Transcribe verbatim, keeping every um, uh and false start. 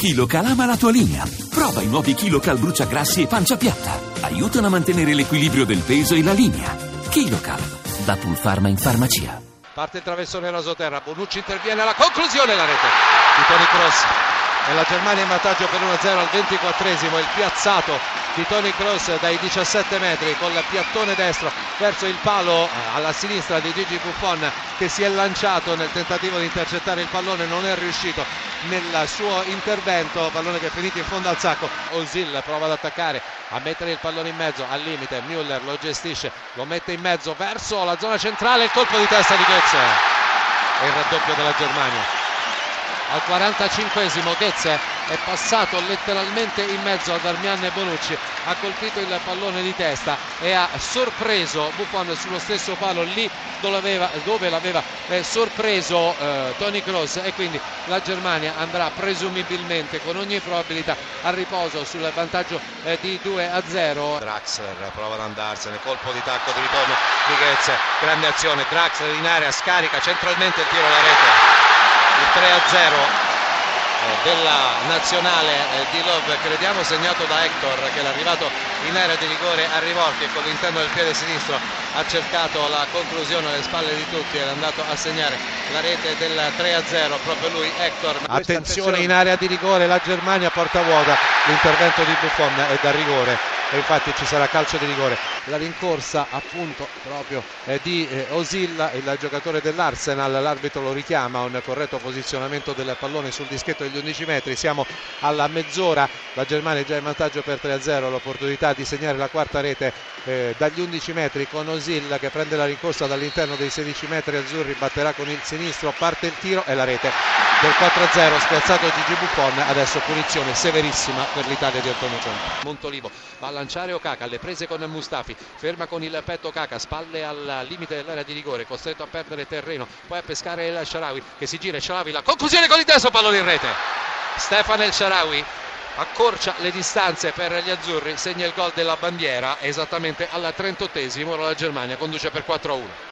KiloCal ama la tua linea. Prova i nuovi KiloCal bruciagrassi e pancia piatta. Aiutano a mantenere l'equilibrio del peso e la linea. KiloCal, da Pulpharma in farmacia. Parte il traversone rasoterra, Bonucci interviene alla conclusione, la rete di Toni Kroos. E la Germania in vantaggio per uno a zero al ventiquattresimo. Il piazzato di Toni Kroos dai diciassette metri col piattone destro verso il palo alla sinistra di Gigi Buffon, che si è lanciato nel tentativo di intercettare il pallone, non è riuscito nel suo intervento, pallone che è finito in fondo al sacco. Özil prova ad attaccare, a mettere il pallone in mezzo, al limite Müller lo gestisce, lo mette in mezzo verso la zona centrale, il colpo di testa di Götze e il raddoppio della Germania. Al quarantacinquesimo Götze è passato letteralmente in mezzo a Darmian e Bonucci, ha colpito il pallone di testa e ha sorpreso Buffon sullo stesso palo, lì dove l'aveva, dove l'aveva eh, sorpreso eh, Toni Kroos, e quindi la Germania andrà presumibilmente con ogni probabilità a riposo sul vantaggio eh, di due a zero. Draxler prova ad andarsene, colpo di tacco di ritorno di Götze, grande azione, Draxler in area, scarica centralmente il tiro alla rete. Il tre a zero della nazionale di Love, crediamo segnato da Hector, che è arrivato in area di rigore a rimorchio e con l'interno del piede sinistro ha cercato la conclusione alle spalle di tutti ed è andato a segnare la rete del tre a zero, proprio lui, Hector. Attenzione, in area di rigore la Germania, porta vuota, l'intervento di Buffon è da rigore e infatti ci sarà calcio di rigore. La rincorsa appunto proprio eh, di eh, Özil, il giocatore dell'Arsenal, l'arbitro lo richiama, un corretto posizionamento del pallone sul dischetto degli undici metri. Siamo alla mezz'ora, la Germania è già in vantaggio per tre a zero, l'opportunità di segnare la quarta rete eh, dagli undici metri con Özil che prende la rincorsa dall'interno dei sedici metri azzurri, batterà con il sinistro, parte il tiro e la rete del quattro a zero, spiazzato Gigi Buffon. Adesso punizione severissima per l'Italia di Antonio Conte. Montolivo va a lanciare Okaka, alle prese con Mustafi, ferma con il petto Okaka, spalle al limite dell'area di rigore, costretto a perdere terreno, poi a pescare il Shaarawy che si gira, il Shaarawy, la conclusione con il destro, pallone in rete. Stefan El Shaarawy accorcia le distanze per gli azzurri, segna il gol della bandiera esattamente al trentottesimo. Ora la Germania conduce per quattro a uno.